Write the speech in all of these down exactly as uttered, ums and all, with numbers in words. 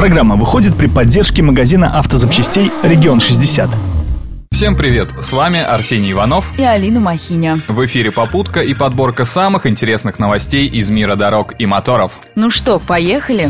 Программа выходит при поддержке магазина автозапчастей «Регион шестьдесят». Всем привет! С вами Арсений Иванов и Алина Махиня. В эфире попутка и подборка самых интересных новостей из мира дорог и моторов. Ну что, поехали?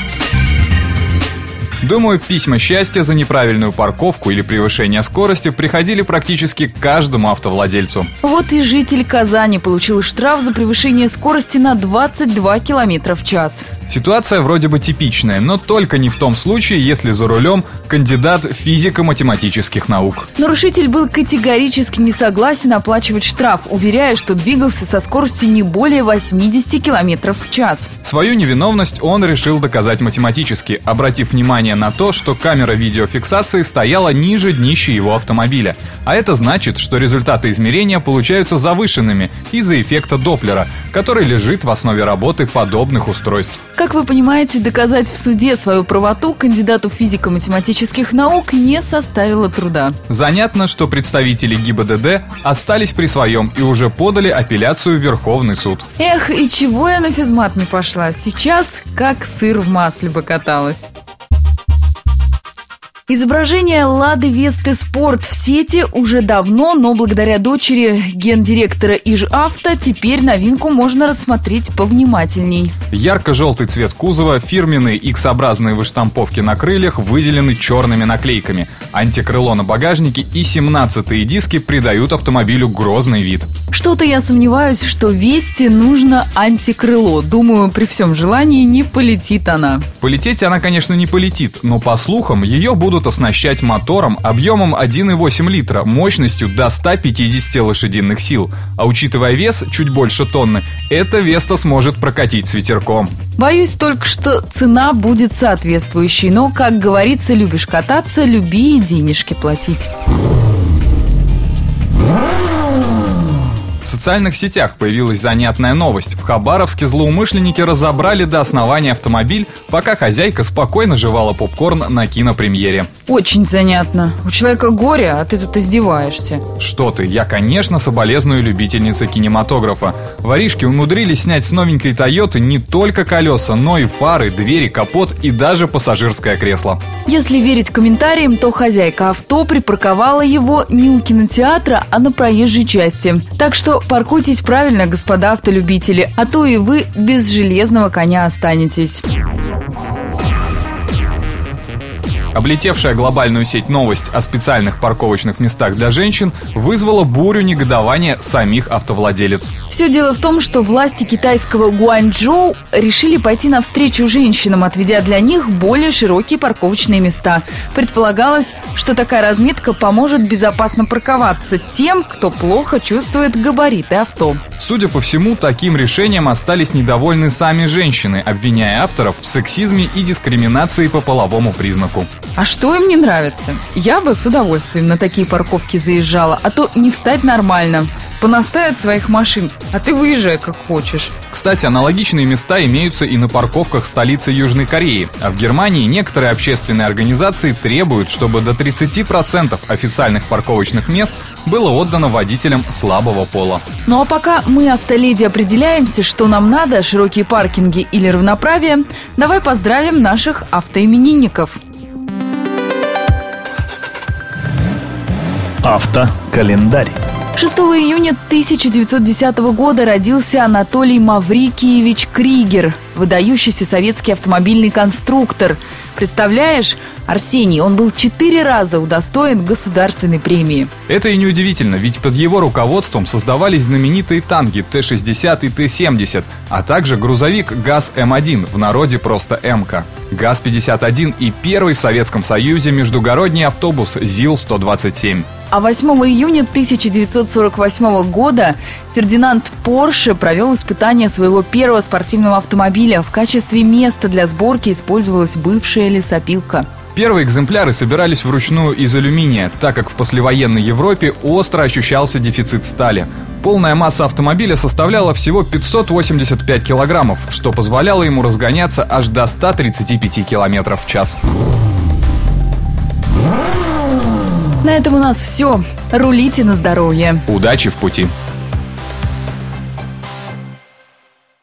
Думаю, письма счастья за неправильную парковку или превышение скорости приходили практически к каждому автовладельцу. Вот и житель Казани получил штраф за превышение скорости на двадцать два километра в час. Ситуация вроде бы типичная, но только не в том случае, если за рулем кандидат физико-математических наук. Нарушитель был категорически не согласен оплачивать штраф, уверяя, что двигался со скоростью не более восемьдесят километров в час. Свою невиновность он решил доказать математически, обратив внимание на то, что камера видеофиксации стояла ниже днища его автомобиля. А это значит, что результаты измерения получаются завышенными из-за эффекта Доплера, который лежит в основе работы подобных устройств. Как вы понимаете, доказать в суде свою правоту кандидату физико-математических наук не составило труда. Занятно, что представители ГИБДД остались при своем и уже подали апелляцию в Верховный суд. Эх, и чего я на физмат не пошла? Сейчас как сыр в масле бы каталась. Изображение Лады Весты Спорт в сети уже давно, но благодаря дочери гендиректора Ижавто теперь новинку можно рассмотреть повнимательней. Ярко-желтый цвет кузова, фирменные икс-образные выштамповки на крыльях выделены черными наклейками. Антикрыло на багажнике и семнадцатые диски придают автомобилю грозный вид. Что-то я сомневаюсь, что Весте нужно антикрыло. Думаю, при всем желании не полетит она. Полететь она, конечно, не полетит, но по слухам ее будут оснащать мотором объемом один и восемь литра, мощностью до ста пятидесяти лошадиных сил. А учитывая вес чуть больше тонны, эта Веста сможет прокатить с ветерком. Боюсь только, что цена будет соответствующей, но, как говорится, любишь кататься, люби и денежки платить. В социальных сетях появилась занятная новость. В Хабаровске злоумышленники разобрали до основания автомобиль, пока хозяйка спокойно жевала попкорн на кинопремьере. Очень занятно. У человека горе, а ты тут издеваешься. Что ты, я, конечно, соболезную любительнице кинематографа. Воришки умудрились снять с новенькой Тойоты не только колеса, но и фары, двери, капот и даже пассажирское кресло. Если верить комментариям, то хозяйка авто припарковала его не у кинотеатра, а на проезжей части. Так что паркуйтесь правильно, господа автолюбители, а то и вы без железного коня останетесь. Облетевшая глобальную сеть новость о специальных парковочных местах для женщин вызвала бурю негодования самих автовладелец. Все дело в том, что власти китайского Гуанчжоу решили пойти навстречу женщинам, отведя для них более широкие парковочные места. Предполагалось, что такая разметка поможет безопасно парковаться тем, кто плохо чувствует габариты авто. Судя по всему, таким решением остались недовольны сами женщины, обвиняя авторов в сексизме и дискриминации по половому признаку. А что им не нравится? Я бы с удовольствием на такие парковки заезжала, а то не встать нормально. Понаставят своих машин, а ты выезжай как хочешь. Кстати, аналогичные места имеются и на парковках столицы Южной Кореи. А в Германии некоторые общественные организации требуют, чтобы до тридцати процентов официальных парковочных мест было отдано водителям слабого пола. Ну а пока мы, автоледи, определяемся, что нам надо, широкие паркинги или равноправие, давай поздравим наших автоименинников. Автокалендарь. шестого июня тысяча девятьсот десятого года родился Анатолий Маврикиевич Кригер, выдающийся советский автомобильный конструктор. Представляешь, Арсений, он был четыре раза удостоен государственной премии. Это и неудивительно, ведь под его руководством создавались знаменитые танки Т шестьдесят и Т семьдесят, а также грузовик ГАЗ М один, в народе просто МК. ГАЗ пятьдесят один и первый в Советском Союзе междугородний автобус ЗИЛ сто двадцать семь. А восьмого июня тысяча девятьсот сорок восьмого года Фердинанд Порше провел испытание своего первого спортивного автомобиля. В качестве места для сборки использовалась бывшая лесопилка. Первые экземпляры собирались вручную из алюминия, так как в послевоенной Европе остро ощущался дефицит стали. Полная масса автомобиля составляла всего пятьсот восемьдесят пять килограммов, что позволяло ему разгоняться аж до ста тридцати пяти километров в час. На этом у нас все. Рулите на здоровье. Удачи в пути!